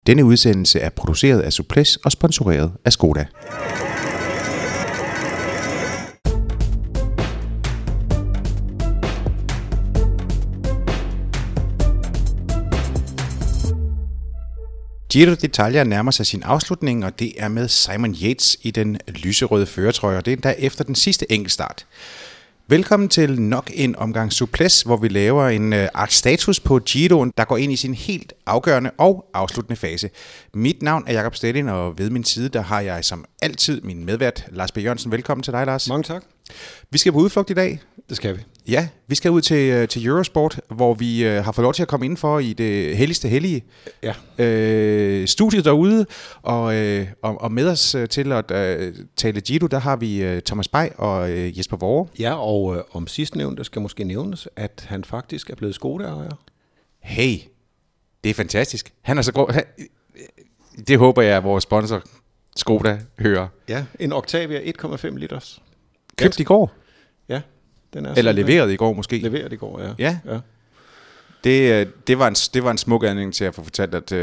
Denne udsendelse er produceret af Suples og sponsoreret af Skoda. Giro d'Italia nærmer sig sin afslutning, og det er med Simon Yates i den lyserøde førertrøje, og det er endda efter den sidste enkeltstart. Velkommen til nok en omgang Suples, hvor vi laver en status på Giroen, der går ind i sin helt afgørende og afsluttende fase. Mit navn er Jakob Stedin, og ved min side der har jeg som altid min medvært Lars B. Jørgensen. Velkommen til dig, Lars. Mange tak. Vi skal på udflugt i dag. Det skal vi. Ja, vi skal ud til Eurosport, hvor vi har fået lov til at komme indenfor i det helligste hellige. Ja. Studiet derude, og med os til at tale Giro, der har vi Thomas Bay og Jesper Vore. Ja, og om sidstnævnte skal måske nævnes, at han faktisk er blevet Skoda-ejer. Hey, det er fantastisk. Han er så god. Det håber jeg, at vores sponsor Skoda hører. Ja, en Octavia 1,5 liters. Købt i går? Ja. Den er eller leveret i går måske? Leveret i går, ja. Ja. Det var en smuk anledning til at få fortalt, at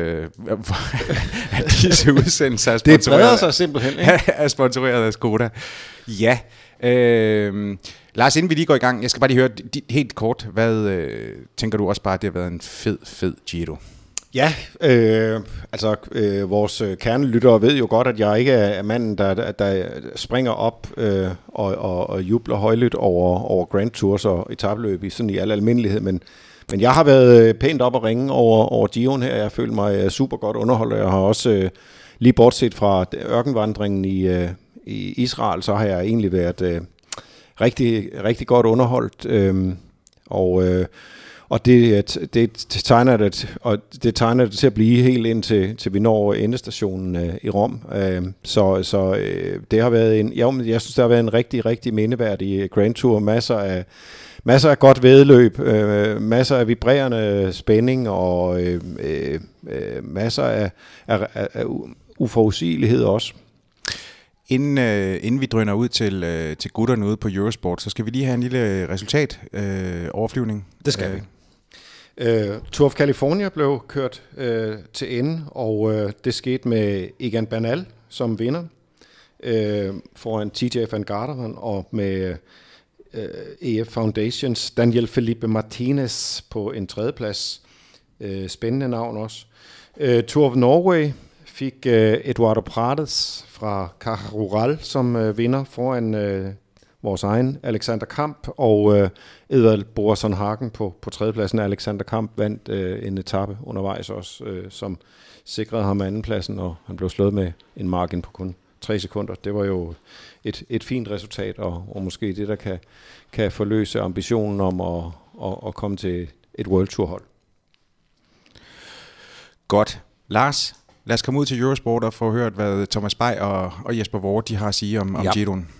disse udsendelser er sponsoreret. Det breder sig simpelthen, ikke? Er sponsoreret af Skoda. Ja. Lars, inden vi lige går i gang, jeg skal bare lige høre helt kort, hvad tænker du også bare, at det har været en fed Giro? Ja, vores kernelyttere ved jo godt, at jeg ikke er manden, der springer op og jubler højlydt over Grand Tours og etapeløb i al almindelighed, men jeg har været pænt op at ringe over Giroen her. Jeg føler mig super godt underholdt. Jeg har også lige bortset fra ørkenvandringen i Israel, så har jeg egentlig været rigtig, rigtig godt underholdt. Og det tegner det til at blive helt indtil vi når endestationen i Rom. Så det har været jeg synes, det har været en rigtig, rigtig mindeværdig Grand Tour. Masser af godt væddeløb, masser af vibrerende spænding og masser af uforudsigelighed også. Inden vi drøner ud til gutterne ude på Eurosport, så skal vi lige have en lille resultat-overflyvning. Det skal vi. Tour of California blev kørt til ende, og det skete med Egan Bernal som vinder foran TJ van Garderen og med EF Foundations Daniel Felipe Martinez på en tredjeplads. Spændende navn også. Tour of Norway fik Eduardo Prades fra Caja Rural som vinder foran vores egen Alexander Kamp, og Edvald Boasson Hagen på tredjepladsen. Alexander Kamp vandt en etape undervejs også, som sikrede ham andenpladsen, og han blev slået med en margin på kun 3 sekunder. Det var jo et fint resultat, og måske det, der kan forløse ambitionen om at komme til et World Tour hold. Godt. Lars, lad os komme ud til Eurosport og få hørt, hvad Thomas Bay og Jesper Vore de har at sige om Giroen.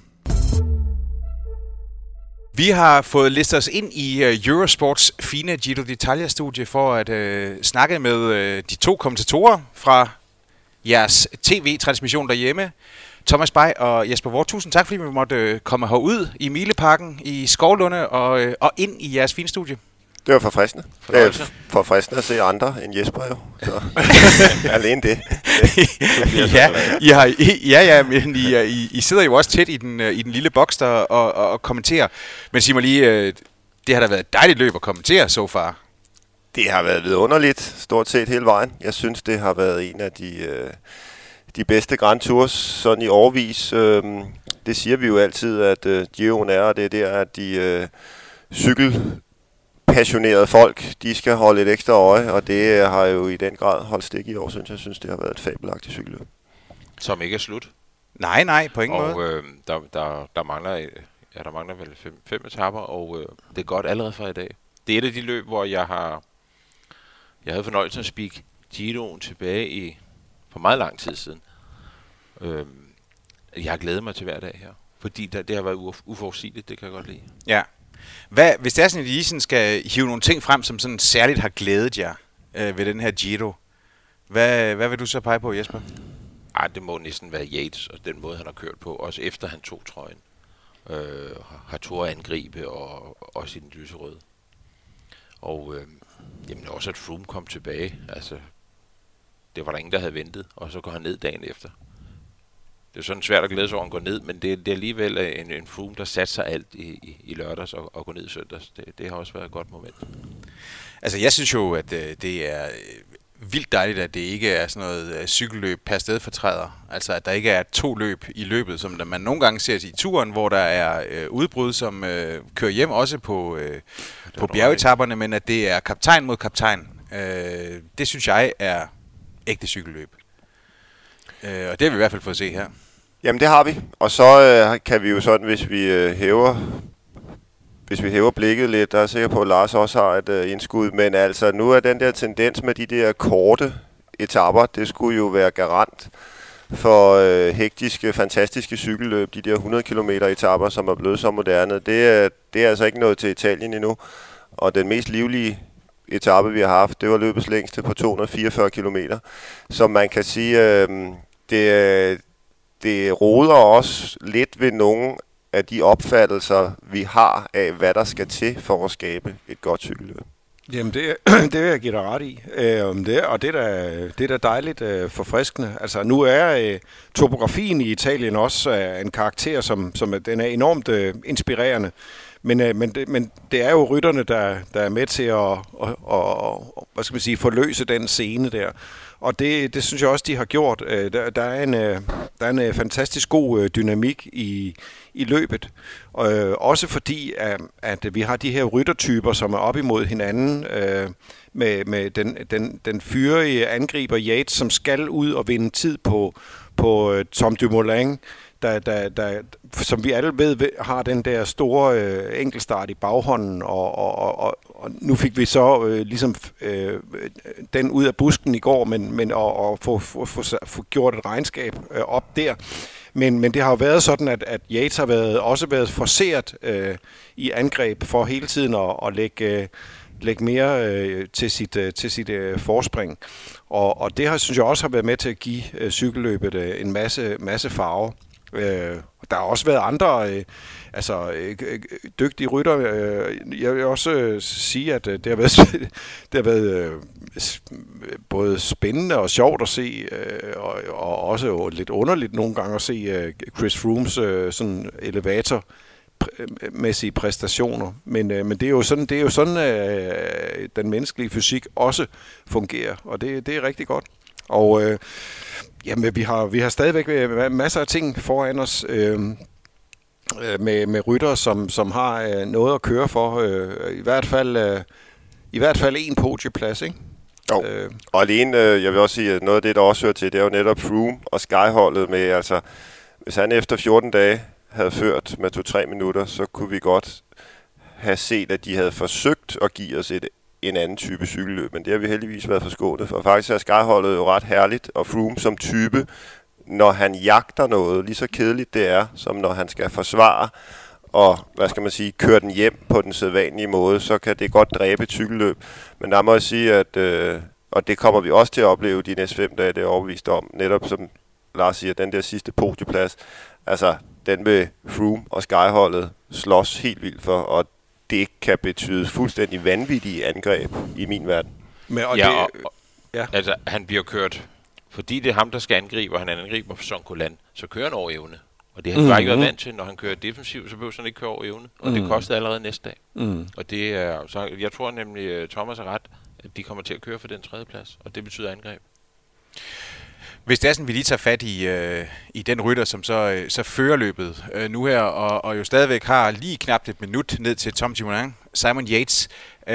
Vi har fået listet os ind i Eurosports fine Giro d'Italia-studie for at snakke med de 2 kommentatorer fra jeres tv-transmission derhjemme. Thomas Bay og Jesper Vore, tusind tak, fordi vi måtte komme herud i Mileparken i Skovlunde og ind i jeres fine studie. Det var forfriskende. Det er forfriskende at se andre end Jesper jo. Så alene det. Men I sidder jo også tæt i den lille boks der og kommenterer. Men sig mig lige, det har da været et dejligt løb at kommentere so far. Det har været vidunderligt, stort set hele vejen. Jeg synes, det har været en af de bedste Grand Tours sådan i årevis. Det siger vi jo altid, at Giroen er, og det er der, at de passionerede folk, de skal holde et ekstra øje, og det har jo i den grad holdt stik i år, synes jeg. Synes, det har været et fabelagtigt cykelløb. Som ikke er slut. Nej, på ingen måde. Og der mangler vel 5 etaper, og det er godt allerede fra i dag. Det er et af de løb, hvor jeg havde fornøjelsen at speak Giroen tilbage for meget lang tid siden. Jeg har glædet mig til hver dag her, fordi det har været uforudsigeligt, det kan jeg godt lide. Ja. Hvis det er sådan, at I sådan skal hive nogle ting frem, som sådan særligt har glædet jer ved den her Giro, hvad vil du så pege på, Jesper? Det må næsten være Yates, og den måde, han har kørt på, også efter han tog trøjen. Har turde angribe, og også i den lyserøde. Og jamen også at Froome kom tilbage. Altså, det var der ingen, der havde ventet, og så går han ned dagen efter. Det er sådan svært at glæde sig over, at gå ned, men det er alligevel en Froome, der satte sig alt i lørdags og går ned i søndags. Det har også været et godt moment. Altså, jeg synes jo, at det er vildt dejligt, at det ikke er sådan noget cykelløb per stedfortræder. Altså, at der ikke er 2 løb i løbet, som man nogle gange ser i turen, hvor der er udbrud, som kører hjem også på bjergetapperne, men at det er kaptajn mod kaptajn. Det synes jeg er ægte cykelløb. Og det har vi i hvert fald fået at se her. Jamen det har vi, og så kan vi jo sådan, hvis vi hæver blikket lidt, der er sikker på, at Lars også har et indskud, men altså nu er den der tendens med de der korte etaper, det skulle jo være garant for hektiske, fantastiske cykelløb, de der 100 km etaper, som er blevet så moderne. Det er altså ikke noget til Italien endnu, og den mest livlige etape, vi har haft, det var løbets længste på 244 km, så man kan sige, det roder også lidt ved nogle af de opfattelser, vi har af, hvad der skal til for at skabe et godt cykelløb. Jamen, det vil jeg give dig ret i. Og det er da dejligt forfriskende. Altså, nu er topografien i Italien også en karakter, som den er enormt inspirerende. Men det er jo rytterne, der er med til at hvad skal man sige, forløse den scene der. Og det synes jeg også, de har gjort. Der er en fantastisk god dynamik i løbet. Også fordi, at vi har de her ryttertyper, som er op imod hinanden, med den fyrige angriber Yates, som skal ud og vinde tid på Tom Dumoulin, der, som vi alle ved, har den der store enkeltstart i baghånden, og nu fik vi så ligesom den ud af busken i går, men at få gjort et regnskab op der. Men det har jo været sådan, at Yates har også været forceret i angreb for hele tiden at lægge mere til sit forspring. Og det synes jeg også har været med til at give cykelløbet en masse farve. Der har også været andre dygtige rytter. Jeg vil også sige, at det har været både spændende og sjovt at se, og også lidt underligt nogle gange at se Chris Froomes sådan elevatormæssige præstationer. Men det er jo sådan, den menneskelige fysik også fungerer, og det er rigtig godt. Og jamen, vi har stadigvæk masser af ting foran os med rytter, som har noget at køre for. I hvert fald en podieplads, ikke? Jo. Og alene, jeg vil også sige, at noget af det, der også hører til, det er jo netop Froome og Sky-holdet med, altså, hvis han efter 14 dage havde ført med 2-3 minutter, så kunne vi godt have set, at de havde forsøgt at give os en anden type cykelløb, men det har vi heldigvis været forskånet for. Faktisk er Sky-holdet jo ret herligt, og Froome som type, når han jagter noget, lige så kedeligt det er, som når han skal forsvare og, hvad skal man sige, køre den hjem på den sædvanlige måde, så kan det godt dræbe et cykelløb. Men der må jeg sige, at og det kommer vi også til at opleve de næste 5 dage, det er overbevist om. Netop som Lars siger, den der sidste podieplads, altså den vil Froome og Sky-holdet slås helt vildt for, og det kan betyde fuldstændig vanvittige angreb i min verden. Men, altså, han bliver kørt, fordi det er ham, der skal angribe, og han angriber på Son Colan, så kører han over evne. Og det har han bare ikke været vant til. Når han kører defensivt, så behøver han ikke køre over evne. Og det kostede allerede næste dag. Og det er, så jeg tror nemlig, Thomas er ret, at de kommer til at køre for den 3. plads. Og det betyder angreb. Hvis det er sådan, vi lige tager fat i den rytter, som så fører løbet nu her, og jo stadigvæk har lige knap et minut ned til Tom Dumoulin, Simon Yates.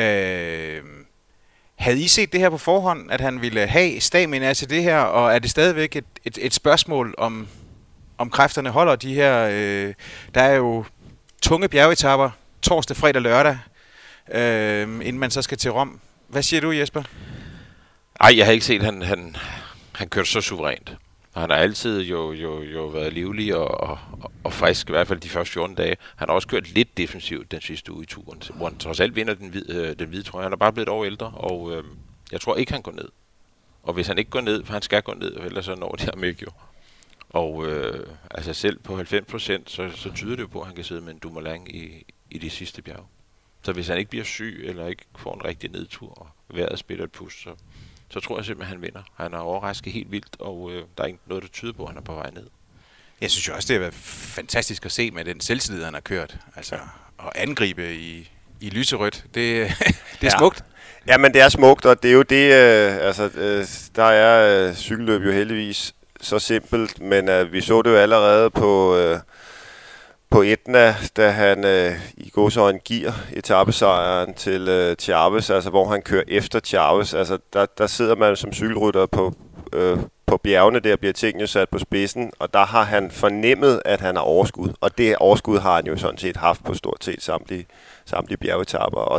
Havde I set det her på forhånd, at han ville have stamina til det her, og er det stadigvæk et spørgsmål om kræfterne holder de her? Der er jo tunge bjergetapper torsdag, fredag, lørdag, inden man så skal til Rom. Hvad siger du, Jesper? Ej, jeg har ikke set, han kørte så suverænt. Han har altid jo været livlig og frisk, i hvert fald de første 14 dage. Han har også kørt lidt defensivt den sidste uge i turen, hvor han trods alt vinder den hvide trøje. Han er bare blevet et år ældre, og jeg tror ikke, han går ned. Og hvis han ikke går ned, for han skal gå ned, ellers så når det her med jo. Og altså selv på 90%, så tyder det jo på, at han kan sidde med en Dumoulin i de sidste bjerge. Så hvis han ikke bliver syg, eller ikke får en rigtig nedtur, og vejret spiller et pus, så tror jeg simpelthen, han vinder. Han er overrasket helt vildt, og der er ikke noget, der tyder på, at han er på vej ned. Jeg synes jo også, det har været fantastisk at se med den selvtillid, han har kørt. Altså, at angribe i lyserødt, det er smukt. Ja, men det er smukt, og det er jo det, der er cykelløb jo heldigvis så simpelt, men vi så det jo allerede på Etna, da han i gåseøjne giver etapesejren til Chaves, altså hvor han kører efter Chaves. Altså der sidder man som cykelrytter på bjergene, der bliver tingene sat på spidsen, og der har han fornemmet, at han har overskud. Og det overskud har han jo sådan set haft på stort set samtlige bjergetapper. Og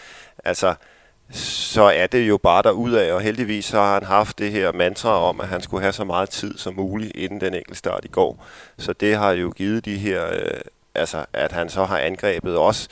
så er det jo bare derudad, og heldigvis så har han haft det her mantra om, at han skulle have så meget tid som muligt inden den enkeltstart i går. Så det har jo givet de her, at han så har angrebet også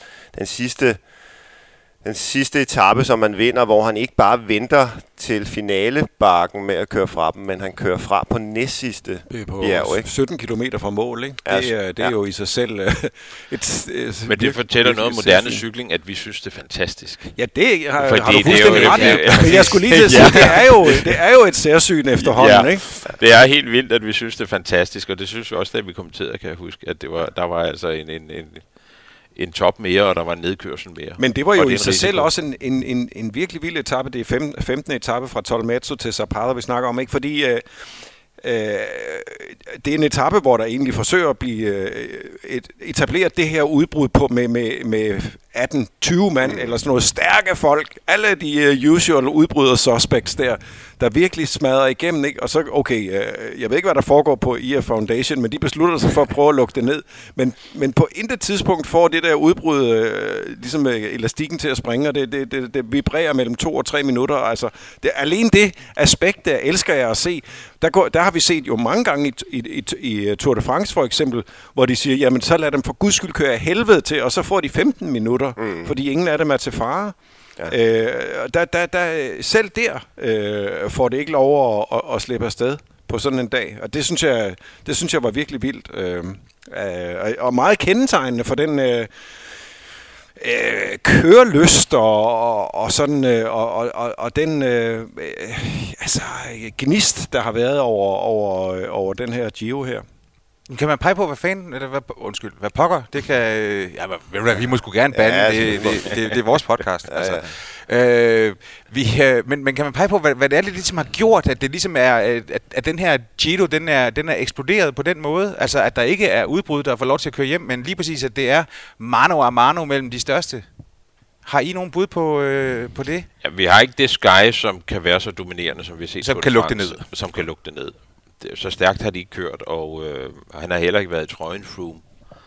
den sidste etape, som man vinder, hvor han ikke bare venter til finalebakken med at køre fra dem, men han kører fra på næstsidste bjerg, ikke? 17 kilometer fra mål, ikke? Det er jo i sig selv men det fortæller noget om moderne cykling, at vi synes, det er fantastisk. Ja, det har du fuldstændig ret i. Men jeg skulle lige til at sige, det er jo et særsyn efterhånden, ikke? Det er helt vildt, at vi synes, det er fantastisk, og det synes vi også, da vi kommenterede, kan jeg huske, at der var altså en top mere, og der var en nedkørsel mere. Men det var jo i sig selv også en virkelig vild etape. Det er 15. etape fra Tolmezzo til Zapata, vi snakker om, ikke? Fordi det er en etape, hvor der egentlig forsøger at blive etableret det her udbrud med 18-20 mand, eller sådan noget stærke folk. Alle de usual udbryder suspects der virkelig smadrer igennem, ikke? Og så, jeg ved ikke, hvad der foregår på IF Foundation, men de beslutter sig for at prøve at lukke det ned. Men på intet tidspunkt får det der udbrud ligesom elastikken til at springe, og det vibrerer mellem 2 og 3 minutter. Altså, alene det aspekt, der elsker jeg at se. Der har vi set jo mange gange i Tour de France for eksempel, hvor de siger, jamen så lad dem for guds skyld køre helvede til, og så får de 15 minutter, fordi ingen af dem er til fare. Ja. Selv der får det ikke lov at slippe afsted på sådan en dag, og det synes jeg var virkelig vildt, og meget kendetegnende for den kørelyst og sådan og den gnist, der har været over den her Giro her. Kan man pege på, hvad pokker? Det kan... vi må sgu gerne bande. Ja, det er vores podcast. Ja, altså. Men kan man pege på, hvad det er, det ligesom har gjort, at det ligesom er, at den her Giro, den er eksploderet på den måde? Altså, at der ikke er udbrud, der får lov til at køre hjem, men lige præcis, at det er mano a mano mellem de største. Har I nogen bud på det? Ja, vi har ikke det Sky, som kan være så dominerende, som vi har set. Som kan lukke det ned. Som kan lukke det ned. Så stærkt har de ikke kørt, og han har heller ikke været i trøjen Froome.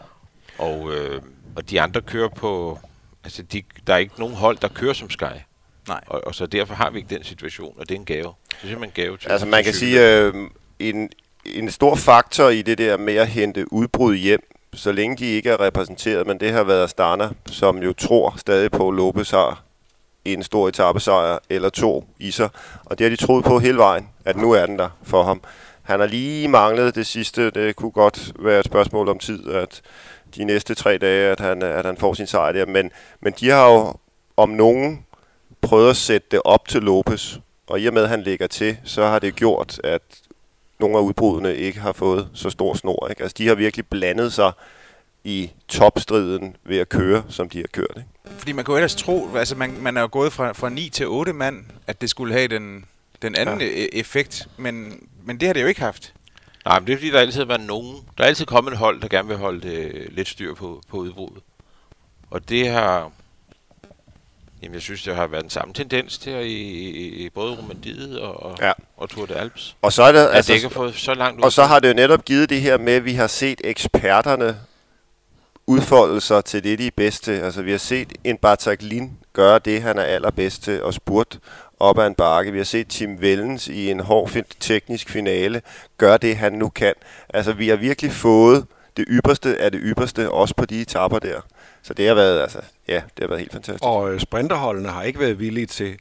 Og de andre kører på... Altså, der er ikke nogen hold, der kører som Sky. Nej. Og så derfor har vi ikke den situation, og det er en gave. Det er simpelthen en gave til... Altså, man kan sige, en stor faktor i det der med at hente udbrud hjem, så længe de ikke er repræsenteret, men det har været Astana, som jo tror stadig på, at Lopez har en stor etapesejr eller 2 i sig. Og det har de troet på hele vejen, at nu er den der for ham. Han har lige manglet det sidste. Det kunne godt være et spørgsmål om tid, at de næste 3 dage, at han får sin sejr der. Men de har jo om nogen prøvet at sætte det op til Lopez. Og i og med, at han ligger til, så har det gjort, at nogle af udbrudene ikke har fået så stor snor. Ikke? Altså, de har virkelig blandet sig i topstriden ved at køre, som de har kørt. Ikke? Fordi man kunne ellers tro, altså man er jo gået fra 9 til 8 mand, at det skulle have den anden effekt, men det har det jo ikke haft. Nej, men det er fordi, der altid har været nogen. Der er altid kommet et hold, der gerne vil holde lidt styr på udbruddet. Og det har... Jamen, jeg synes, det har været den samme tendens til i både Romandiet og Tour de Alps. Og så er det, altså, det ikke har fået så langt ud. Og så har det jo netop givet det her med, at vi har set eksperterne udfolde sig til det, de er bedst til. Altså, vi har set en Bartaglin gøre det, han er allerbedst til, og spurt op ad en bakke. Vi har set Tim Wellens i en hård teknisk finale gøre det, han nu kan. Altså, vi har virkelig fået det ypperste af det ypperste, også på de etaper der. Så det har været, det har været helt fantastisk. Og sprinterholdene har ikke været villige til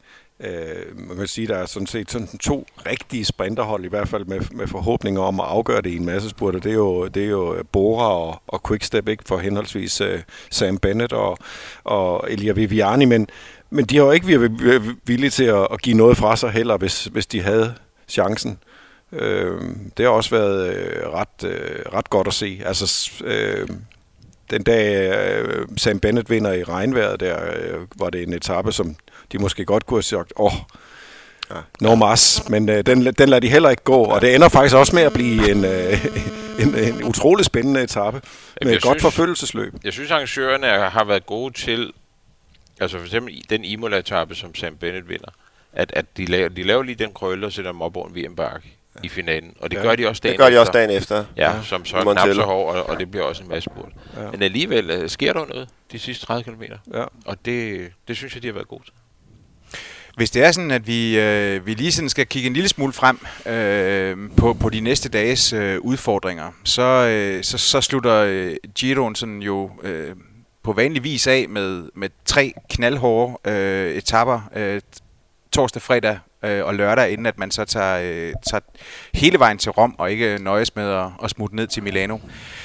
Man kan sige, der er sådan set sådan 2 rigtige sprinterhold, i hvert fald med forhåbninger om at afgøre det i en masse spurter. Det er jo Bora og Quickstep, ikke, for henholdsvis Sam Bennett og Elia Viviani, men de har jo ikke været villige til at give noget fra sig heller, hvis de havde chancen. Det har også været ret godt at se. Altså, den dag Sam Bennett vinder i regnvejret, der var det en etape, som de måske godt kunne have sagt, no mas, men den lader de heller ikke gå, og det ender faktisk også med at blive en utrolig spændende etape med et godt forfølgelsesløb. Jeg synes, arrangørerne har været gode til, altså for eksempel den Imola-etape, som Sam Bennett vinder, at de laver lige den krølle og sætter dem op over en VM-bakke i finalen, og det gør de også dagen efter. Ja, som så knap så hård, og det bliver også en masse spurt. Ja. Men alligevel sker der noget de sidste 30 km, og det synes jeg, de har været gode til. Hvis det er sådan, at vi lige sådan skal kigge en lille smule frem på de næste dages udfordringer, så slutter Giroen sådan jo på vanlig vis af med 3 knaldhårde etapper torsdag, fredag og lørdag, inden at man så tager hele vejen til Rom og ikke nøjes med at smutte ned til Milano.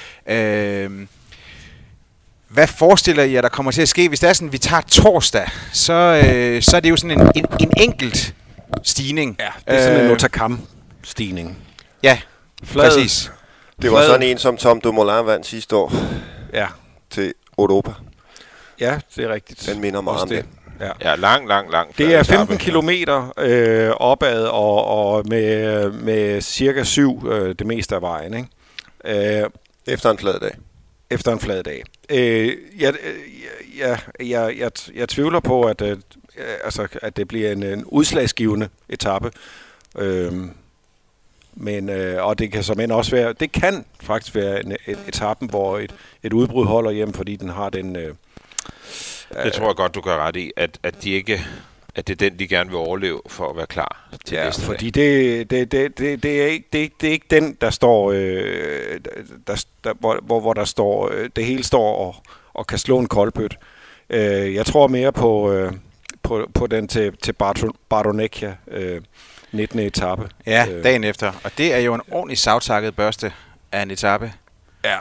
Hvad forestiller I, at der kommer til at ske? Hvis det er sådan, vi tager torsdag, så er det jo sådan en enkelt stigning. Ja, det er sådan en Otakam-stigning. Ja, præcis. Det var sådan en, som Tom Dumoulin vandt sidste år til Europa. Ja, det er rigtigt. Den minder meget om det. Ja, lang. Det er 15 kilometer opad og med cirka 7 det meste af vejen, ikke? Efter en flad dag. Efter en flad dag. Jeg tvivler på, at det bliver en udslagsgivende etape. Og det kan såmænd også være, det kan faktisk være et etappen, hvor et udbrud holder hjem, fordi den har den... det tror jeg godt, du gør ret i, at de ikke... at det er den, de gerne vil overleve for at være klar til næste fordi det er ikke den, der står, hvor der står, det hele står og kan slå en koldbøt. Jeg tror mere på den til Bardonecchia, 19. etape. Ja, dagen efter. Og det er jo en ordentlig savtakket børste af en etape. Ja.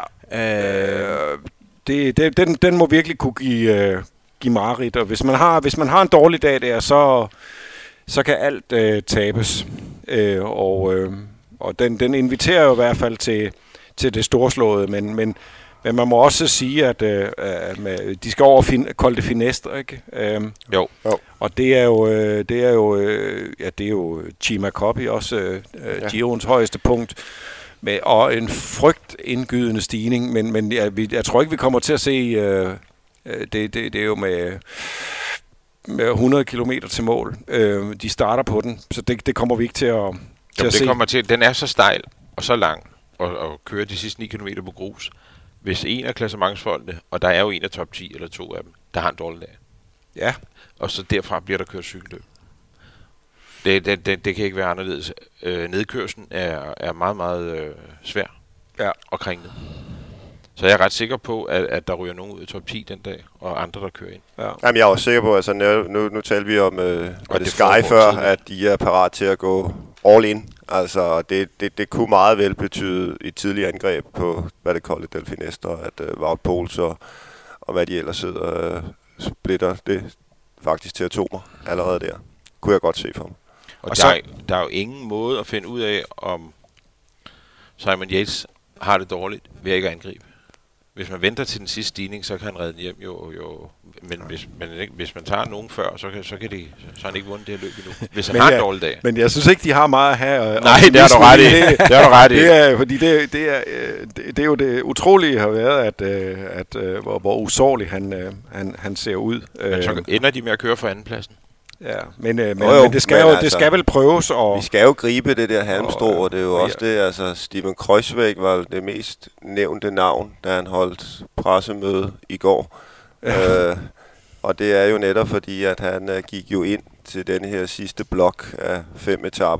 Den må virkelig kunne give mareridt, og hvis man har en dårlig dag der, så kan alt tabes. Og den inviterer jo i hvert fald til det storslåede, men man må også sige, at de skal over Col de Finestre, ikke? Jo. Og det er jo Cima Coppi, også Giroens højeste punkt. Og en frygtindgydende stigning, men jeg tror ikke, vi kommer til at se... Det er jo med 100 kilometer til mål. De starter på den, så det kommer vi ikke til at se. Den er så stejl og så lang, og kører de sidste 9 kilometer på grus. Hvis en af klassementsfolkene, og der er jo en af top 10 eller 2 af dem, der har en dårlig dag. Ja. Og så derfra bliver der kørt cykelløb. Det kan ikke være anderledes. Nedkørslen er meget, meget svær og kringlet. Så jeg er ret sikker på, at der ryger nogen ud i top 10 den dag, og andre, der kører ind. Ja. Jamen, jeg er også sikker på, altså nu talte vi om det Sky før, at de er parat til at gå all in. Altså, det kunne meget vel betyde et tidligt angreb på, hvad det kalder Del Finestre, at Wout Poels og hvad de ellers sidder splitter det faktisk til atomer allerede der. Kunne jeg godt se for mig. Og der er jo ingen måde at finde ud af, om Simon Yates har det dårligt ved ikke at angribe. Hvis man venter til den sidste stigning, så kan han redde den hjem jo. Men hvis man tager nogen før, så har han ikke vundet det her løb endnu. Hvis han har en dårlig dag. Men jeg synes ikke, de har meget at have. Nej, det er du ret i. Det er du ret i. Det er, fordi det er jo det utrolige har været, at hvor usårlig han ser ud. Men så ender de med at køre for andenpladsen. Ja, men det skal vel prøves. Vi skal jo gribe det der halmstrå, og det er jo også det, altså Steven Kruijswijk var det mest nævnte navn, da han holdt pressemøde i går. Ja. Og det er jo netop fordi, at han gik jo ind til den her sidste blok af 5 etaper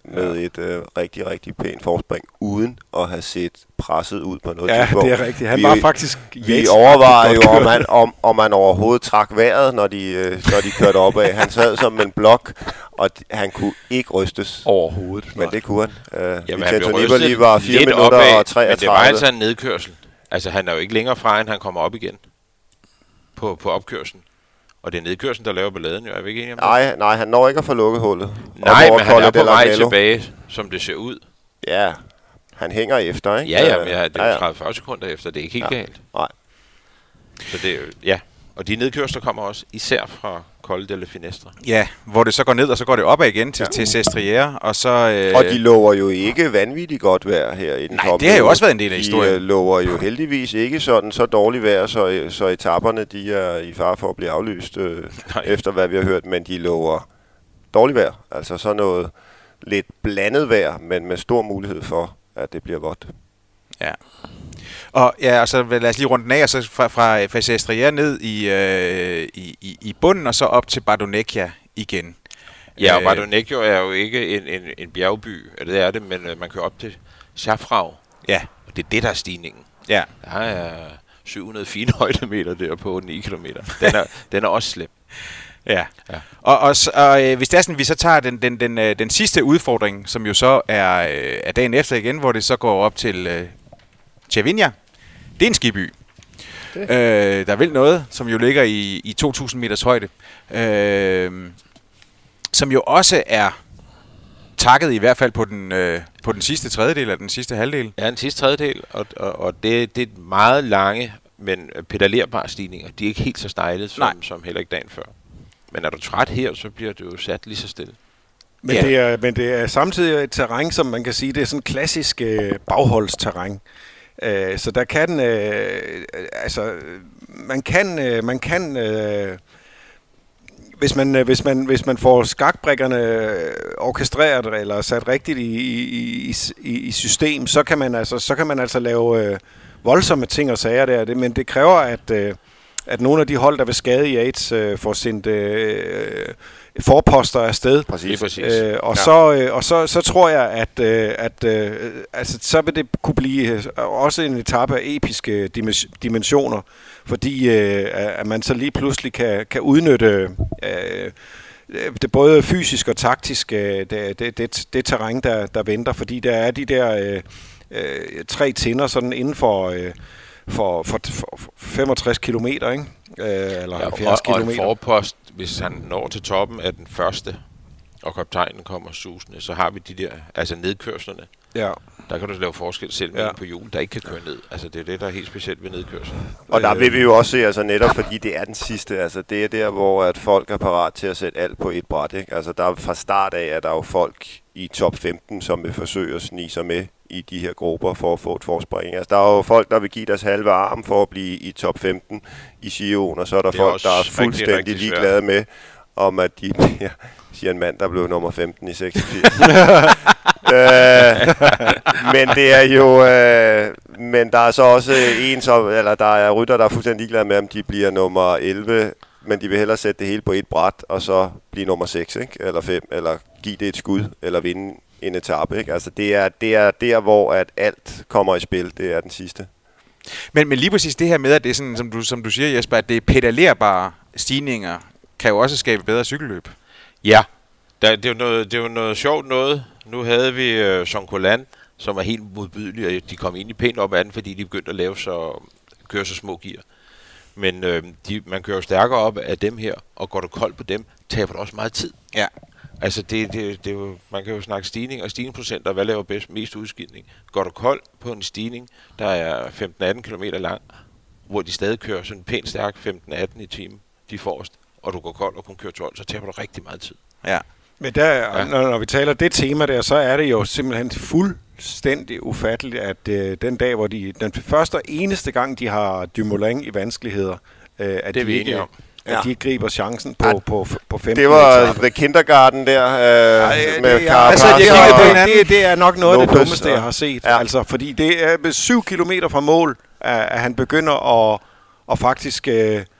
med et rigtig, rigtig pænt forspring, uden at have set presset ud på noget Ja, tidspunkt. det er rigtigt. Han var faktisk... Vi overvejer jo, om man overhovedet trak vejret, når de kørte opad. Han sad som en blok, og han kunne ikke rystes. Overhovedet. Men det kunne han. Jamen, han blev Nibali var 4 minutter opad, og 33. Men det var altså en nedkørsel. Altså, han er jo ikke længere fra, end han kommer op igen på opkørslen. Og det er nedkørslen, der laver balladen, jo. Er vi ikke enige om det? Nej, han når ikke at få lukket hullet. Nej, men han er på vej tilbage, som det ser ud. Ja, han hænger efter, ikke? Ja, men det er 30-40 sekunder efter. Det er ikke helt galt. Nej. Så det er ja. Og de nedkørsler kommer også især fra Col de la Finestre. Ja, hvor det så går ned, og så går det opad igen til Sestriere, og så... Og de lover jo ikke vanvittigt godt vejr her i den Nej, det har jo også været en del af historien. De lover jo heldigvis ikke sådan så dårligt vejr, så etaperne de er i fare for at blive aflyst, efter hvad vi har hørt, men de lover dårligt vejr. Altså sådan noget lidt blandet vejr, men med stor mulighed for, at det bliver vådt. Ja. Og ja, og så lad os lige runde den af, og så fra Sestriere ned i bunden, og så op til Bardonecchia igen. Ja, og Bardonecchia er jo ikke en bjergby, eller det er det, men man kører op til Schaffrau. Ja. Og det er det, der er stigningen. Ja. Der er 704 højdemeter der på 9 kilometer. Den er også slem. Ja. Og hvis det er sådan, vi så tager den sidste udfordring, som jo så er dagen efter igen, hvor det så går op til Cervinia. Det er en skiby. Der vil noget, som jo ligger i 2.000 meters højde. Som jo også er takket i hvert fald på den sidste tredjedel eller den sidste halvdel. Ja, den sidste tredjedel, og det er meget lange, men pedalerbare stigninger. De er ikke helt så stejle som heller ikke dagen før. Men er du træt her, så bliver du jo sat lige så stille. Men, ja. det er samtidig et terræn, som man kan sige, det er sådan klassisk bagholdsterræn. Så der kan man kan hvis man får skakbrikkerne orkestreret eller sat rigtigt i system, så kan man altså lave voldsomme ting og sager der. Men det kræver at nogle af de hold, der vil skade Yates, får sendt forposter afsted. Præcis. Så tror jeg, at så vil det kunne blive også en etape af episke dimensioner, fordi at man så lige pludselig kan udnytte det både fysisk og taktisk det terræn, der venter, fordi der er de der 3 tinder sådan inden for 65 kilometer, ikke? Eller 70 kilometer. Og en forpost, hvis han når til toppen af den første, og kaptajnen kommer susende, så har vi de der, altså nedkørslerne. Ja. Der kan du lave forskel selv med en på hjul, der ikke kan køre ned. Altså det er det, der er helt specielt ved nedkørslen. Og der vil vi jo også se, altså netop fordi det er den sidste, altså det er der, hvor at folk er parat til at sætte alt på et bræt, ikke? Altså der fra start af, at der er jo folk i top 15, som vil forsøge at snige sig med i de her grupper for at få et forspring. Altså der er jo folk, der vil give deres halve arm for at blive i top 15 i Giroen, og så er der folk, der er fuldstændig ligeglade med, om at de bliver, siger en mand, der blev nummer 15 i 86. Men det er jo, men der er så også der er rytter, der er fuldstændig ligeglade med, om de bliver nummer 11, men de vil hellere sætte det hele på et bræt, og så blive nummer 6, ikke? Eller 5, eller give det et skud, eller vinde en etape, ikke? Altså det er der, hvor at alt kommer i spil. Det er den sidste. Men lige præcis det her med, at det er sådan, som du siger, Jesper, at det er pedalerbare stigninger, kan jo også skabe bedre cykelløb. Ja, det er jo noget sjovt noget. Nu havde vi Soncolan, som var helt modbydelig, og de kom egentlig pænt op ad den, fordi de begyndte at køre så små gear. Men man kører jo stærkere op af dem her, og går du koldt på dem, taber du også meget tid. Ja. Altså, det er jo, man kan jo snakke stigning og stigningsprocenter, hvad laver mest udskidning. Går du kold på en stigning, der er 15-18 km lang, hvor de stadig kører sådan pænt stærk 15-18 i timen, de forrest, og du går kold og kun kører 12, så taber du rigtig meget tid. Ja. Men når vi taler det tema der, så er det jo simpelthen fuldstændig ufatteligt, at den dag, hvor den første og eneste gang, de har Dumoulin i vanskeligheder, at de ikke griber chancen på 15. Det var The Kindergarten der med Carapaz. Det er nok noget af det dummeste, jeg har set. Ja. Altså, fordi det er 7 kilometer fra mål, at han begynder at faktisk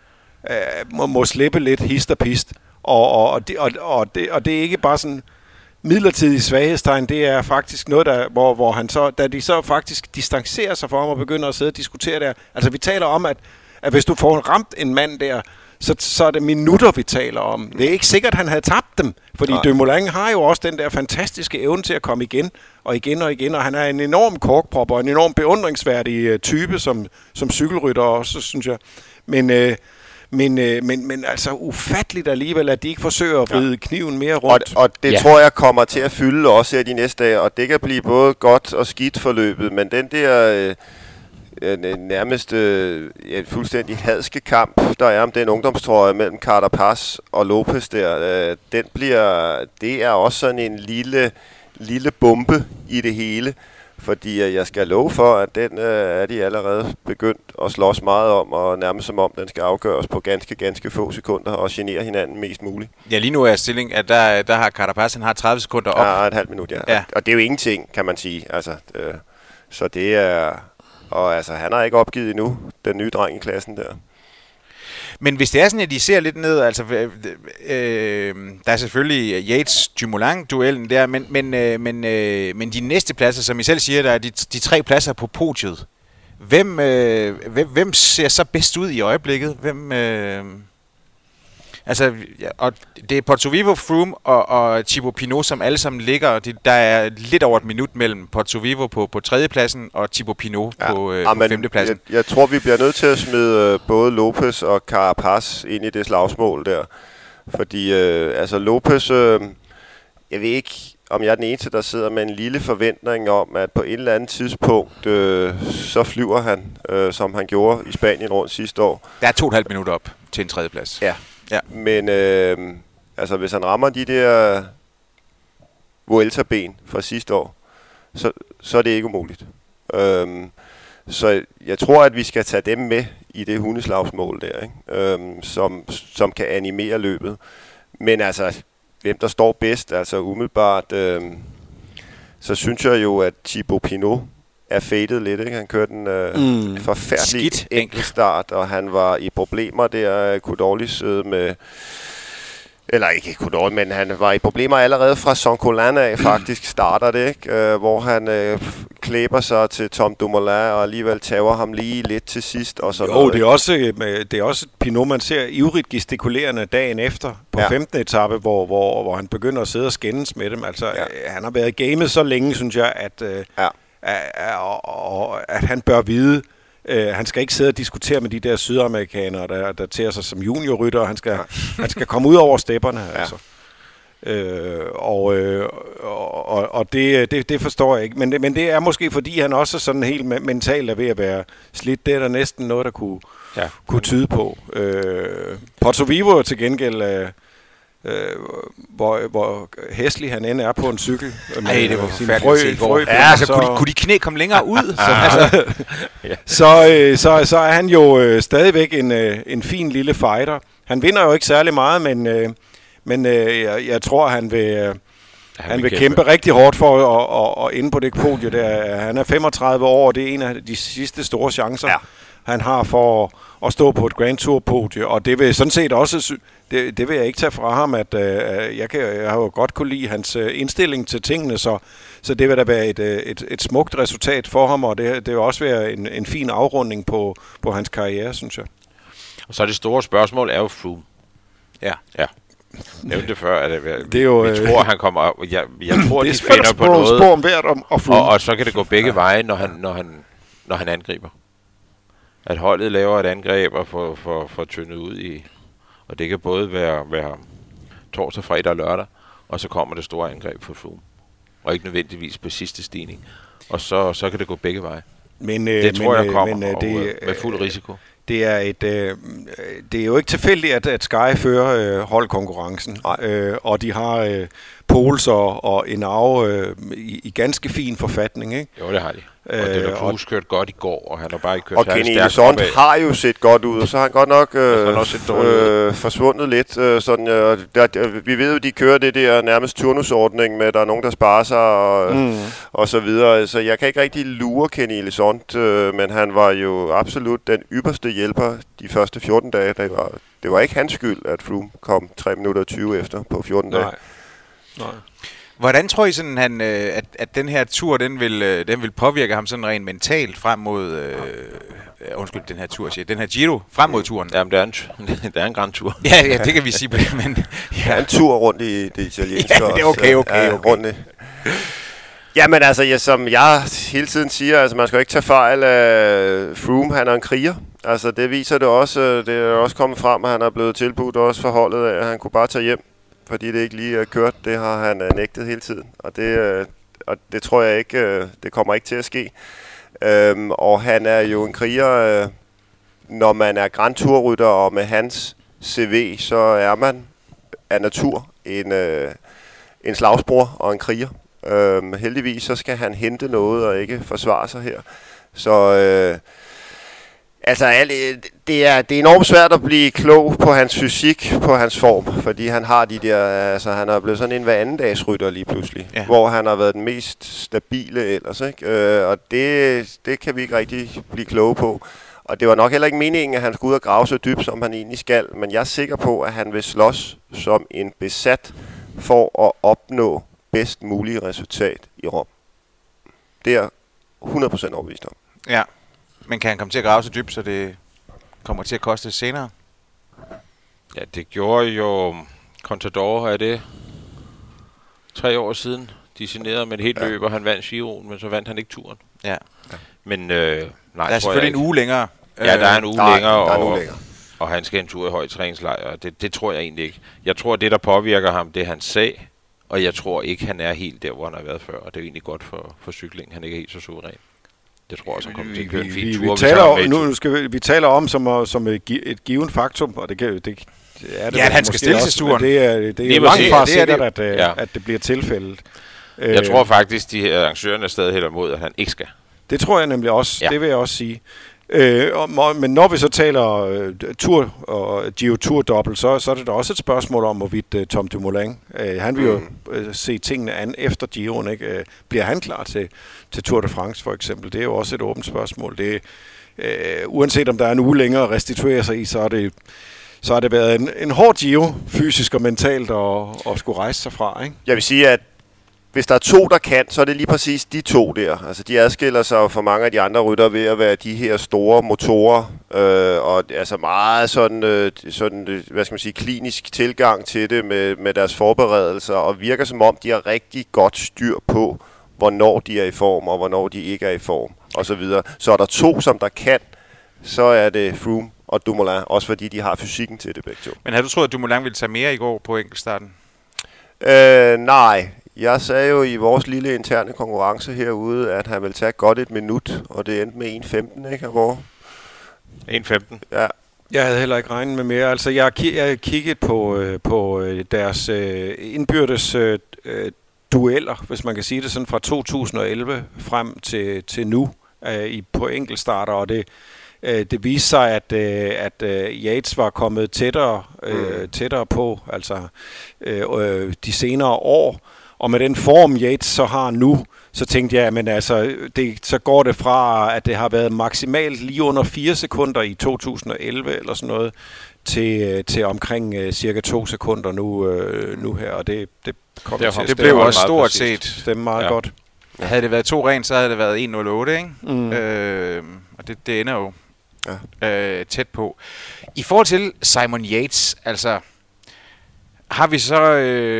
må slippe lidt hist og pist. Og det er ikke bare sådan midlertidige svaghedstegn, det er faktisk noget, der, hvor han så, da de så faktisk distancerer sig for ham og begynder at sidde og diskutere der. Altså vi taler om, at hvis du får ramt en mand der, så er det minutter, vi taler om. Det er ikke sikkert, at han havde tabt dem, fordi Dumoulin har jo også den der fantastiske evne til at komme igen og igen og igen, og han er en enorm korkprop og en enorm beundringsværdig type som cykelrytter også, synes jeg. Men altså ufatteligt alligevel, at de ikke forsøger at vride kniven mere rundt. Og det tror jeg kommer til at fylde også her de næste dage, og det kan blive både godt og skidt forløbet, men den der nærmest fuldstændig hadske kamp, der er om den ungdomstrøje mellem Carapaz og Lopez der, det er også sådan en lille bombe i det hele. Fordi jeg skal love for, at den er de allerede begyndt at slås meget om, og nærmest som om den skal afgøres på ganske få sekunder og genere hinanden mest muligt. Ja, lige nu er stillingen, at der har Carapaz, han har 30 sekunder op. Ja, et halvt minut, ja. Og det er jo ingenting, kan man sige. Altså, så det er... Og altså, han har ikke opgivet endnu, den nye dreng i klassen der. Men hvis det er sådan, at de ser lidt ned, altså, der er selvfølgelig Yates-Dumoulin-duellen der, men de næste pladser, som I selv siger, der er de 3 pladser på podiet. Hvem ser så bedst ud i øjeblikket? Altså, og det er Porto-Vivo, Froome og Thibaut Pinot, som alle sammen ligger. Der er lidt over et minut mellem Porto-Vivo på 3. pladsen og Thibaut Pinot på 5. pladsen. Jeg tror, vi bliver nødt til at smide både Lopez og Carapaz ind i det slagsmål der. Fordi altså Lopez, jeg ved ikke, om jeg er den eneste, der sidder med en lille forventning om, at på et eller andet tidspunkt, så flyver han, som han gjorde i Spanien rundt sidste år. Der er 2,5 minutter op til en 3. plads. Ja. Men altså, hvis han rammer de der Vuelta-ben fra sidste år, så er det ikke umuligt. Så jeg tror, at vi skal tage dem med i det hundeslagsmål der, ikke? Som kan animere løbet. Men altså, hvem der står bedst, altså umiddelbart, så synes jeg jo, at Thibaut Pinot er fadet lidt, ikke? Han kørte en forfærdelig enkeltstart, og han var i problemer der, kunne dårligt sidde med... Eller ikke kunne dårligt, men han var i problemer allerede fra Saint-Colin af, faktisk starter det, ikke? Hvor han klæber sig til Tom Dumoulin, og alligevel tager ham lige lidt til sidst. Og sådan noget. Det er også Pinot, man ser ivrigt gestikulerende dagen efter på 15. etape, hvor han begynder at sidde og skændes med dem. Altså, han har været i gamet så længe, synes jeg, at han bør vide, han skal ikke sidde og diskutere med de der sydamerikanere, der tager sig som juniorrytter. Han skal komme ud over stepperne. Ja. Altså. Og det forstår jeg ikke. Men det er måske, fordi han også sådan helt mentalt er ved at være slidt. Det er der næsten noget, der kunne tyde på. Porto-Vivo til gengæld... hvor hæslig han end er på en cykel. Nej, det var forfærdeligt. Kunne de knæ komme længere ud? Så er han jo stadigvæk en fin lille fighter. Han vinder jo ikke særlig meget, men jeg tror, han vil kæmpe rigtig hårdt for at inde på det podie der. Han er 35 år, og det er en af de sidste store chancer, han har for at stå på et Grand Tour-podie, og det vil sådan set også, det vil jeg ikke tage fra ham, at jeg har jo godt kunne lide hans indstilling til tingene, så det vil da være et smukt resultat for ham, og det vil også være en fin afrunding på hans karriere, synes jeg. Og så det store spørgsmål er jo Froome. Ja. Nævnte det før, at det er jo, vi tror, han kommer op. Jeg tror, det de finder på noget. Spor om hvert og Froome. Og så kan det gå begge veje, når han angriber. At holdet laver et angreb og får tyndet ud i... Og det kan både være torsdag, fredag og lørdag, og så kommer det store angreb for Froome. Og ikke nødvendigvis på sidste stigning. Og så kan det gå begge veje. Det tror jeg kommer med fuld risiko. Det er jo ikke tilfældigt, at Sky fører holdkonkurrencen. Og de har Pols og Enau i ganske fin forfatning, ikke? Jo, det har de. Og det der Cruz kørte godt i går, og han har bare ikke kørt særlig stærkt. Og Kenny Elissonde har jo set godt ud, og så har han godt nok forsvundet lidt. Vi ved jo, de kører det der nærmest turnusordning med, der er nogen, der sparer sig og så videre. Så jeg kan ikke rigtig lure Kenny Elissonde, men han var jo absolut den ypperste hjælper de første 14 dage. Det var ikke hans skyld, at Froome kom 3 minutter 20 efter på 14 dage. Nej. Hvordan tror I sådan, at den her tur, den vil påvirke ham sådan rent mentalt frem mod, den her tur, den her Giro, frem mod turen? Jamen, det er en grand tur. Ja, det kan vi sige. Men, Det er en tur rundt i det italienske. Ja, det er okay. Rundt i. Jamen altså, som jeg hele tiden siger, altså man skal jo ikke tage fejl af Froome, han er en kriger. Altså det viser det også, det er også kommet frem, at han er blevet tilbudt også forholdet af, at han kunne bare tage hjem, fordi det ikke lige er kørt. Det har han nægtet hele tiden, og det tror jeg ikke, det kommer ikke til at ske. Og han er jo en kriger, når man er Grand Tour-rytter, og med hans CV, så er man af natur en slagsbror og en kriger. Heldigvis så skal han hente noget og ikke forsvare sig her. Så det er enormt svært at blive klog på hans fysik, på hans form, fordi han har de der, altså han er blevet sådan en hver anden dags rytter lige pludselig, hvor han har været den mest stabile ellers, ikke? Og det kan vi ikke rigtig blive kloge på. Og det var nok heller ikke meningen, at han skulle ud og grave så dybt, som han egentlig skal, men jeg er sikker på, at han vil slås som en besat for at opnå bedst mulige resultat i Rom. Det er 100% overbevist om. Ja, men kan han komme til at grave så dybt, så det kommer til at koste senere? Ja, det gjorde jo Contador, er det 3 år siden. De signerede med et helt løb, og han vandt Giroen, men så vandt han ikke turen. Ja. Men nej, der er selvfølgelig en uge længere. Ja, der er en uge længere, længere. Og han skal en tur i høj træningslejr. Det tror jeg egentlig ikke. Jeg tror, det der påvirker ham, det er hans sag, og jeg tror ikke, han er helt der, hvor han har været før, og det er egentlig godt for cykling. Han ikke er helt så suveræn. Det tror jeg også, han kommer til at køre en fin tur. Vi taler om som et givet faktum, og det er det. Ja, han skal stille til turen. Det er jo langt fra sikkert, at det bliver tilfældet. Jeg tror faktisk, de her arrangørerne stadig hælder mod, at han ikke skal. Det tror jeg nemlig også. Ja. Det vil jeg også sige. Men når vi så taler tur og Giro Tour dobbelt, så er det da også et spørgsmål om, hvorvidt Tom Dumoulin, han vil jo se tingene an efter Giroen, ikke? Bliver han klar til Tour de France for eksempel? Det er jo også et åbent spørgsmål. Det uanset om der er en uge længere at restituere sig i, så har det været en hård Giro, fysisk og mentalt, at skulle rejse sig fra, ikke? Jeg vil sige, at hvis der er 2, der kan, så er det lige præcis de 2 der. Altså, de adskiller sig fra mange af de andre ryttere ved at være de her store motorer, og altså meget sådan, hvad skal man sige, klinisk tilgang til det med deres forberedelser, og virker som om, de har rigtig godt styr på, hvornår de er i form, og hvornår de ikke er i form, og så videre. Så er der 2, som der kan, så er det Froome og Dumoulin, også fordi de har fysikken til det begge 2. Men havde du troet, at Dumoulin ville tage mere i går på enkeltstarten? Nej. Jeg sagde jo i vores lille interne konkurrence herude, at han ville tage godt 1 minut, og det endte med 1.15, ikke, Havgård? 1.15? Ja. Jeg havde heller ikke regnet med mere. Altså, jeg har kigget på deres indbyrdes dueller, hvis man kan sige det sådan, fra 2011 frem til nu på enkeltstarter, og det viste sig, at Yates var kommet tættere på, altså de senere år. Og med den form, Yates så har nu, så tænkte jeg, men altså, så går det fra, at det har været maksimalt lige under 4 sekunder i 2011 eller sådan noget, til omkring cirka 2 sekunder nu her, og det kommer til at det blev også stort set stemme meget godt. Havde det været 2 rent, så havde det været 1.08, ikke? Og det ender jo tæt på. I forhold til Simon Yates, altså, har vi så...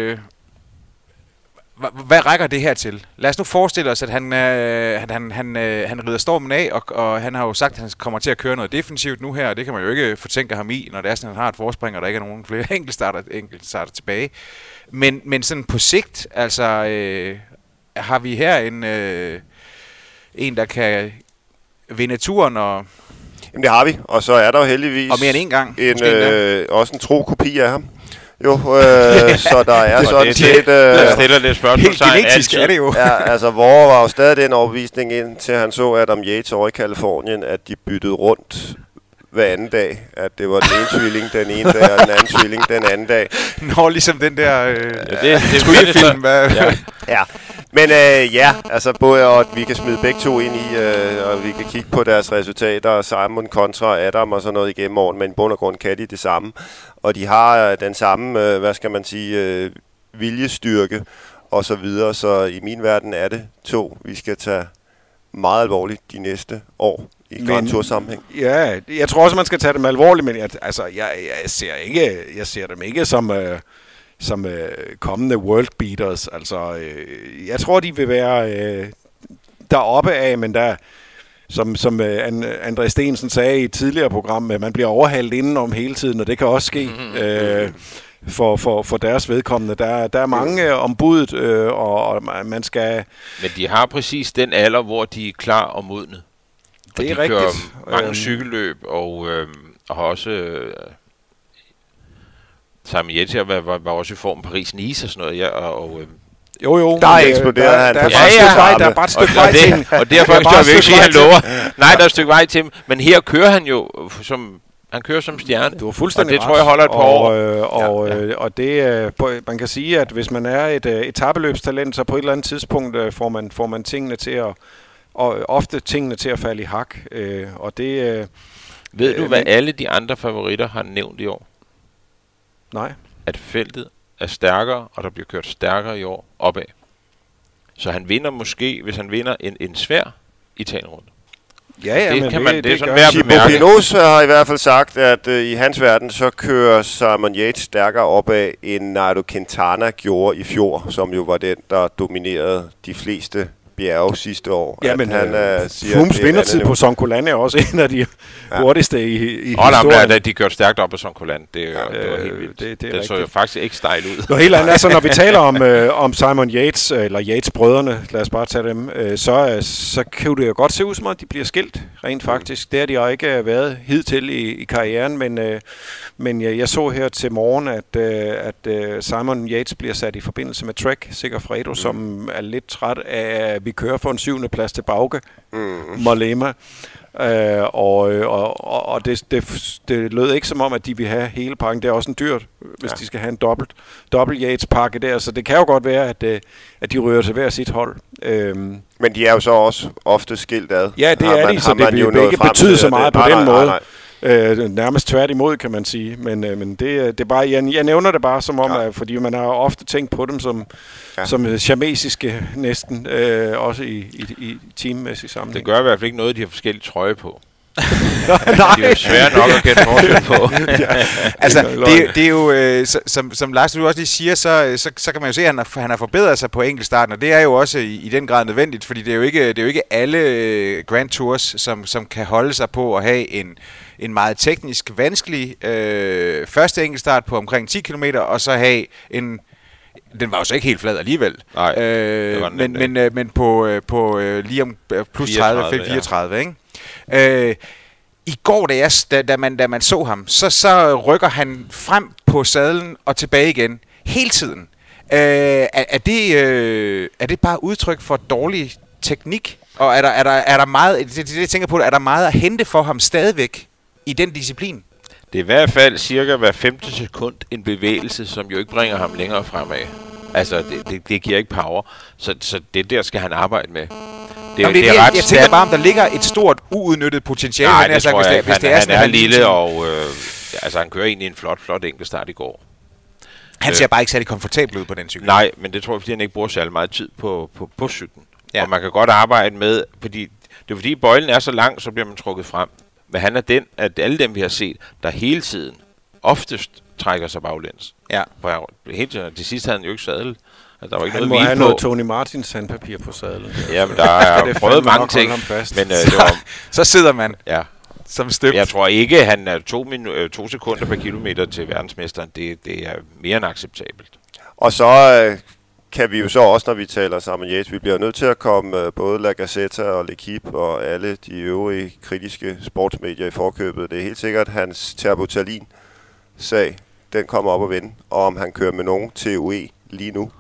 Hvad rækker det her til? Lad os nu forestille os, at han rider stormen af, og han har jo sagt, at han kommer til at køre noget defensivt nu her, og det kan man jo ikke fortænke ham i, når det er sådan, at han har et forspring, og der ikke er nogen flere enkeltstarter tilbage. Men sådan på sigt, altså, har vi her en, der kan vinde turen og... Jamen det har vi, og så er der jo heldigvis... Og mere end en gang. Også en tro kopi af ham. Jo, så der er sådan set... Der stiller lidt spørgsmålstegn. Helt genetisk er det jo. Ja, altså, hvor var jo stadig den overbevisning ind til han så Adam Yates over i Kalifornien, at de byttede rundt hver anden dag. At det var den ene tvilling den ene dag, og den anden tvilling den anden dag. Nå, ligesom den der det tryllefilm. Ja. Men altså både, og vi kan smide begge 2 ind i, og vi kan kigge på deres resultater, Simon kontra Adam og sådan noget igennem åren, men i bund og grund kan de det samme. Og de har den samme, hvad skal man sige, viljestyrke. og så videre. Så i min verden er det 2, vi skal tage meget alvorligt de næste år i Grand Tour sammenhæng. Ja, jeg tror også, man skal tage dem alvorligt, men jeg ser dem ikke som kommende world beaters. Altså, jeg tror, de vil være deroppe af, men der, som André Stensen sagde i et tidligere program, man bliver overhalet indenom hele tiden, og det kan også ske for deres vedkommende. Der er mange om budet, og man skal... Men de har præcis den alder, hvor de er klar og modne. Det er de rigtigt. Kører mange cykelløb, og har også... Simon Yates var også i form Paris-Nice og sådan noget, ja, og Jo. Der eksploderer han. Der er bare et stykke vej til ham. Og derfor kan vi ikke sige, at han lover. Nej, der er et stykke vej til ham. Men her kører han jo som stjerne. Du er fuldstændig og det tror jeg holder et par år. Og det, man kan sige, at hvis man er et etapeløbstalent, så på et eller andet tidspunkt får man tingene til at... Og ofte tingene til at falde i hak. Og det... Ved du, hvad alle de andre favoritter har nævnt i år? Nej. At feltet er stærkere, og der bliver kørt stærkere i år opad. Så han vinder måske, hvis han vinder en svær Italien-runde. Ja, det men kan man, det er sådan værd at bemærke. Pinot har i hvert fald sagt, at i hans verden, så kører Simon Yates stærkere opad, end Nairo Quintana gjorde i fjor, som jo var den, der dominerede de fleste bjerge sidste år. Ja, men Froomes vindertid på Soncolan er også en af de hurtigste i historien. De kørte stærkt op på Soncolan. Det var helt vildt. Det så jo faktisk ikke stejl ud. Noget helt andet. Altså, når vi taler om Simon Yates, eller Yates-brødrene, lad os bare tage dem, så kan det jo godt se ud som om, de bliver skilt, rent faktisk. Det har de jo ikke været hidtil i karrieren, men jeg så her til morgen, at Simon Yates bliver sat i forbindelse med Trek Segafredo, som er lidt træt af, at vi kører for en 7. plads til Bauke, Mollema. Og det lød ikke som om, at de vil have hele pakken. Det er også en dyrt, hvis de skal have en dobbelt Yates-pakke der. Så det kan jo godt være, at de rører til hver sit hold. Men de er jo så også ofte skilt ad. Ja, det er de, så det vil ikke betyde så meget på den måde. Nærmest tværtimod, kan man sige. Men det er bare, jeg nævner det bare som om, fordi man har ofte tænkt på dem som chamesiske næsten, også i teammæssig sammenhæng. Det gør i hvert fald ikke noget, de har forskellige trøje på. Det er jo svært nok at kende forskel på. Altså, det er jo, som Lars, du også lige siger, så kan man jo se, at han har forbedret sig på enkeltstarten, og det er jo også i den grad nødvendigt, fordi det er jo ikke alle Grand Tours, som kan holde sig på at have en meget teknisk vanskelig første enkeltstart på omkring 10 km, og så have den var jo så ikke helt flad alligevel. Nej, men på lige om plus 34, ja. Ikke? I går, da man så ham, så rykker han frem på sadlen og tilbage igen hele tiden. Er det bare udtryk for dårlig teknik? Og er der meget, det jeg tænker på, er der meget at hente for ham stadigvæk i den disciplin? Det er i hvert fald cirka hver 5. sekund en bevægelse, som jo ikke bringer ham længere fremad. Altså, det giver ikke power. Så det der skal han arbejde med. Jeg tænker bare, om der ligger et stort uudnyttet potentiale. Nej, det tror jeg ikke. Han er lille, og han kører egentlig en flot enkeltstart i går. Han ser bare ikke særlig komfortabel ud på den cykel. Nej, men det tror jeg, fordi han ikke bruger særlig meget tid på cyklen. Ja. Og man kan godt arbejde med, fordi det er fordi bøjlen er så lang, så bliver man trukket frem. Men han er den, at alle dem, vi har set, der hele tiden oftest trækker sig baglæns. Ja. Helt til sidst havde han jo ikke sadel. Altså, der var ikke han noget må have noget Tony Martins sandpapir på sadlen. Jamen, der er prøvet mange ting. Men så sidder man som støbt. Jeg tror ikke, han er 2 sekunder per kilometer til verdensmesteren. Det er mere end acceptabelt. Og så kan vi jo så også, når vi taler Simon Yates, vi bliver nødt til at komme både La Gazzetta og L'Equipe og alle de øvrige kritiske sportsmedier i forkøbet. Det er helt sikkert, at hans Terbutalin-sag, den kommer op at vende. Og om han kører med nogen TUE lige nu.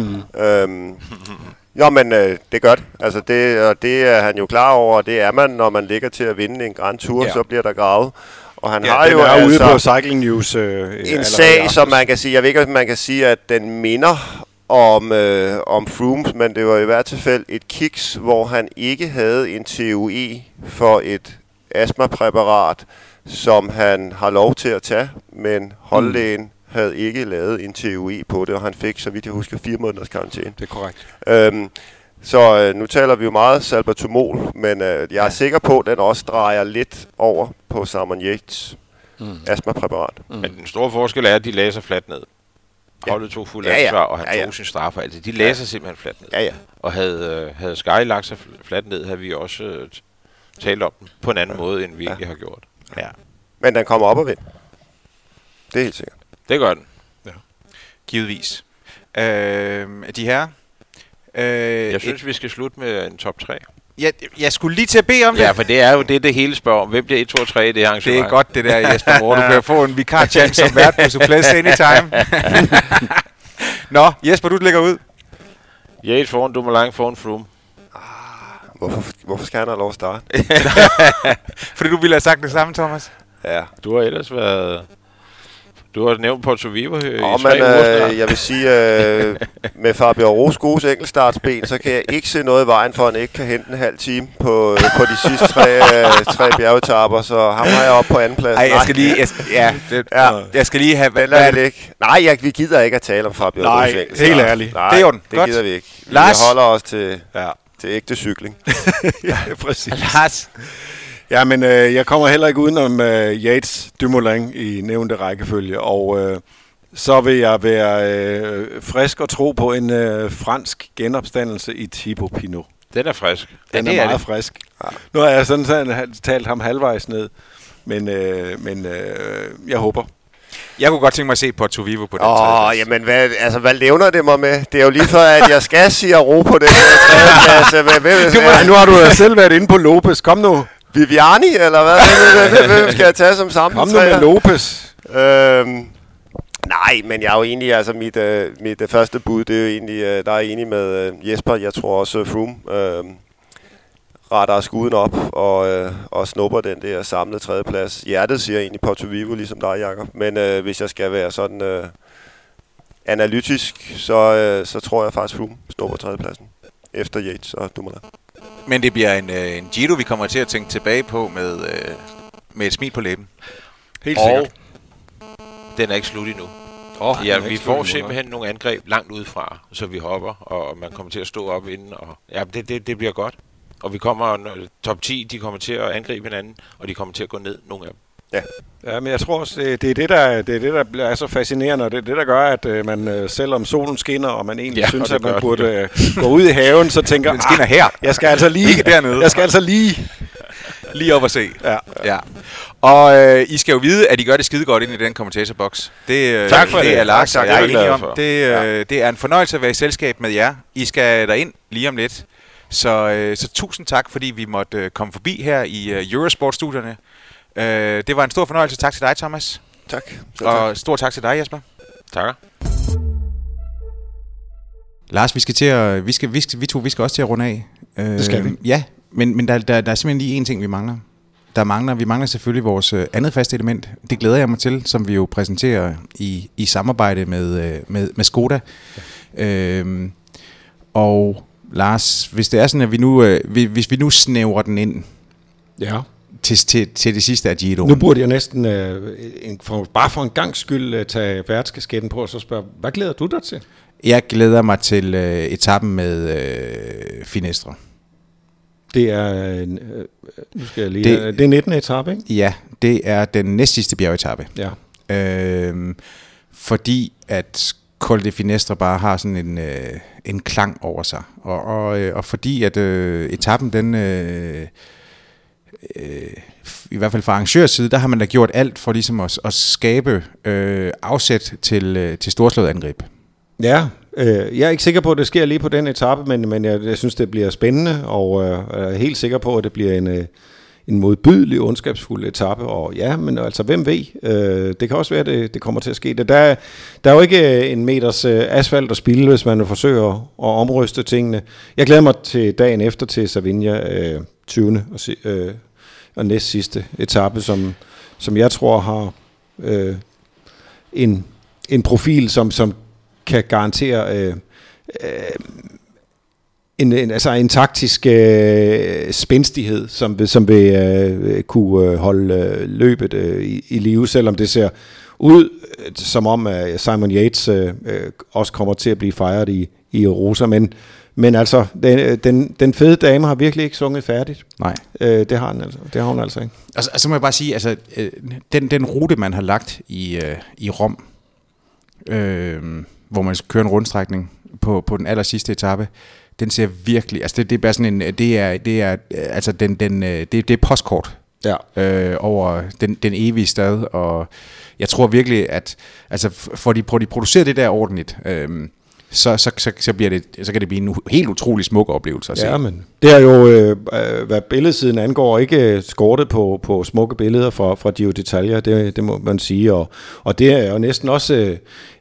Men det gør det. Altså det er han jo klar over, og det er man, når man ligger til at vinde en Grand Tour, så bliver der gravet. Og han har jo ude på Cycling News en sag, som man kan sige, jeg ved ikke, om man kan sige, at den minder om Froomes, men det var i hvert tilfælde et kiks, hvor han ikke havde en TUE for et astmapræparat, som han har lov til at tage, men holdlægen havde ikke lavet en TUE på det, og han fik, så vidt jeg husker, 4 måneders karantæne. Det er korrekt. Så nu taler vi jo meget salbutamol, men jeg er sikker på, at den også drejer lidt over på Simon Yates astmapræparat. Men den store forskel er, at de læser fladt ned. Holdet tog fuld ansvar, og han tog sin straffer. Altså, de læser simpelthen fladt ned. Ja. Og havde Sky lagt sig fladt ned, havde vi også talt om den på en anden måde, end vi egentlig har gjort. Ja. Men den kommer op og vind. Det er helt sikkert. Det gør den. Ja. Givetvis. De her. Jeg synes, vi skal slutte med en top 3. Jeg skulle lige til at bede om det. Ja, for det er jo det hele spørger om. Hvem bliver 1, 2 og 3 i det arrangement? Det er godt det der, Jesper Moore. Du kan få en vikar-chance som vært på Suples anytime. Nå, Jesper, du lægger ud. Yates foran Dumoulin foran Froome. Hvorfor skal han have lov at starte? Fordi du ville have sagt det samme, Thomas. Ja. Du har ellers været... Du har nævnt Porto Vivo i 3 uger. Jeg vil sige, med Fabio Aros gode enkeltstartsben, så kan jeg ikke se noget i vejen for, at han ikke kan hente en halv time på de sidste tre bjergetapper, så ham har jeg op på anden plads. Nej, jeg skal lige have... Den lader vi ikke. Nej, vi gider ikke at tale om Fabio Aros enkeltstart. Helt ærligt. Nej, det er den. Det gider vi ikke. Lars? Vi holder os til ægte cykling. Ja, præcis. Lars? Ja, men jeg kommer heller ikke udenom Yates Dumoulin i nævnte rækkefølge, og så vil jeg være frisk og tro på en fransk genopstandelse i Thibaut Pinot. Den er frisk. Den er meget frisk. Ja. Nu har jeg sådan talt ham halvvejs ned, men jeg håber. Jeg kunne godt tænke mig at se Porto Vivo på den tredje. Jamen, hvad levner det mig med? Det er jo lige før, at jeg skal sige ro på den tredje plads. Nu har du selv været inde på Lopez. Kom nu. Viviani, eller hvad? Hvem skal jeg tage som sammen? Kom nu med Lopez. Nej, men jeg er jo egentlig, altså mit første bud, det er jo egentlig, der er enig med Jesper. Jeg tror også Froome retter skuden op og snupper den der samlede tredjeplads. Hjertet siger egentlig Porto Vivo, ligesom dig, Jakob. Men hvis jeg skal være sådan analytisk, så tror jeg faktisk Froome snupper tredjepladsen efter Yates og Dumoulin. Men det bliver en Giro, vi kommer til at tænke tilbage på med et smil på læben. Helt sikkert. Den er ikke slut endnu. Vi får simpelthen nogle angreb langt udefra, så vi hopper, og man kommer til at stå op inden. Og, det bliver godt. Og vi kommer, top 10, de kommer til at angribe hinanden, og de kommer til at gå ned, nogle af dem. Ja, men jeg tror også, det er det, der er så fascinerende, og det er det, der gør, at man, selvom solen skinner, og man egentlig synes, at man burde gå ud i haven, så tænker den skinner her. Jeg skal altså lige ikke dernede. Jeg skal altså lige op og se. Ja. Og I skal jo vide, at I gør det skide godt ind i den kommentatorboks. Tak for det. Det er Lars, tak, jeg er enig om. Det er en fornøjelse at være i selskab med jer. I skal derind lige om lidt. Så tusind tak, fordi vi måtte komme forbi her i Eurosport-studierne. Det var en stor fornøjelse. Tak til dig, Thomas. Tak. Og stor tak til dig, Jesper. Tak. Lars, vi skal også til at runde af. Det skal vi. Ja, men der er simpelthen lige en ting, vi mangler. Vi mangler selvfølgelig vores andet faste element. Det glæder jeg mig til, som vi jo præsenterer i samarbejde med Skoda. Ja. Og Lars, hvis det er sådan, at hvis vi nu snævrer den ind til det sidste af Giro. Nu burde jeg næsten bare for en gangs skyld tage værtskasketten på og så spørge, hvad glæder du dig til? Jeg glæder mig til etappen med Finestre. Det er nu skal jeg lige det er 19. etape, ikke? Ja, det er den næstsidste bjergetappe. Ja. Fordi at Col de Finestre bare har sådan en klang over sig. Og fordi at etappen den i hvert fald fra arrangørs side, der har man da gjort alt for ligesom at skabe afsæt til storslået angreb. Ja, jeg er ikke sikker på, at det sker lige på den etape, men jeg synes, det bliver spændende, og jeg er helt sikker på, at det bliver en modbydelig, ondskabsfuld etape, og ja, men altså, hvem ved? Det kan også være, at det kommer til at ske. Der er jo ikke en meters asfalt at spilde, hvis man forsøger at omryste tingene. Jeg glæder mig til dagen efter til Savinja 20. og næst sidste etape, som jeg tror har en profil, som kan garantere en taktisk spændstighed, som vil kunne holde løbet i live, selvom det ser ud, som om Simon Yates også kommer til at blive fejret i Rosa, men altså, den fede dame har virkelig ikke sunget færdigt. Nej. Det har hun altså ikke. Altså, så må jeg bare sige, altså, den rute, man har lagt i Rom, hvor man kører en rundstrækning på den aller sidste etape, den ser virkelig, altså det er bare sådan en, det er postkort. Ja. Over den evige stad, og jeg tror virkelig, at altså får de produceret det der ordentligt, så bliver det, så kan det blive en helt utrolig smuk oplevelse at se. Ja, men det er jo, hvad billedsiden angår, ikke skortet på smukke billeder fra Giro d'Italia, det må man sige, og det er jo næsten også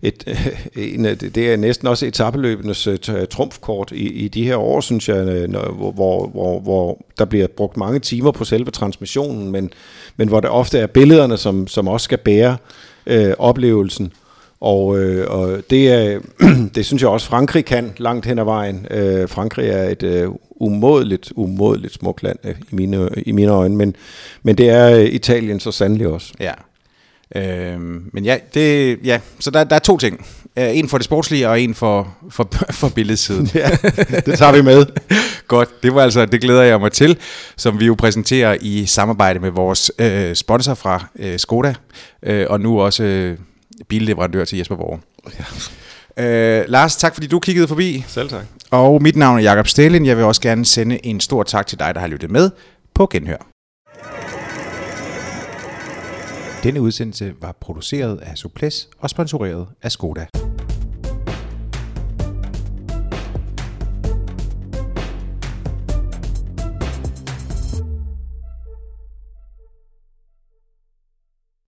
etapeløbenes trumfkort i de her år, synes jeg, hvor der bliver brugt mange timer på selve transmissionen, men hvor det ofte er billederne, som også skal bære oplevelsen. Og det synes jeg også Frankrig kan langt hen ad vejen. Frankrig er et umådeligt smukt land i mine øjne, men det er Italien så sandelig også. Ja. Men ja, så der er to ting. En for det sportslige og en for billedsiden. Ja, det tager vi med. Godt, det glæder jeg mig til, som vi jo præsenterer i samarbejde med vores sponsor fra Skoda, og nu også billeverandør til Jesper Borg. Ja. Lars, tak fordi du kiggede forbi. Selv tak. Og mit navn er Jakob Stalin. Jeg vil også gerne sende en stor tak til dig, der har lyttet med på Genhør. Denne udsendelse var produceret af Suples og sponsoreret af Skoda.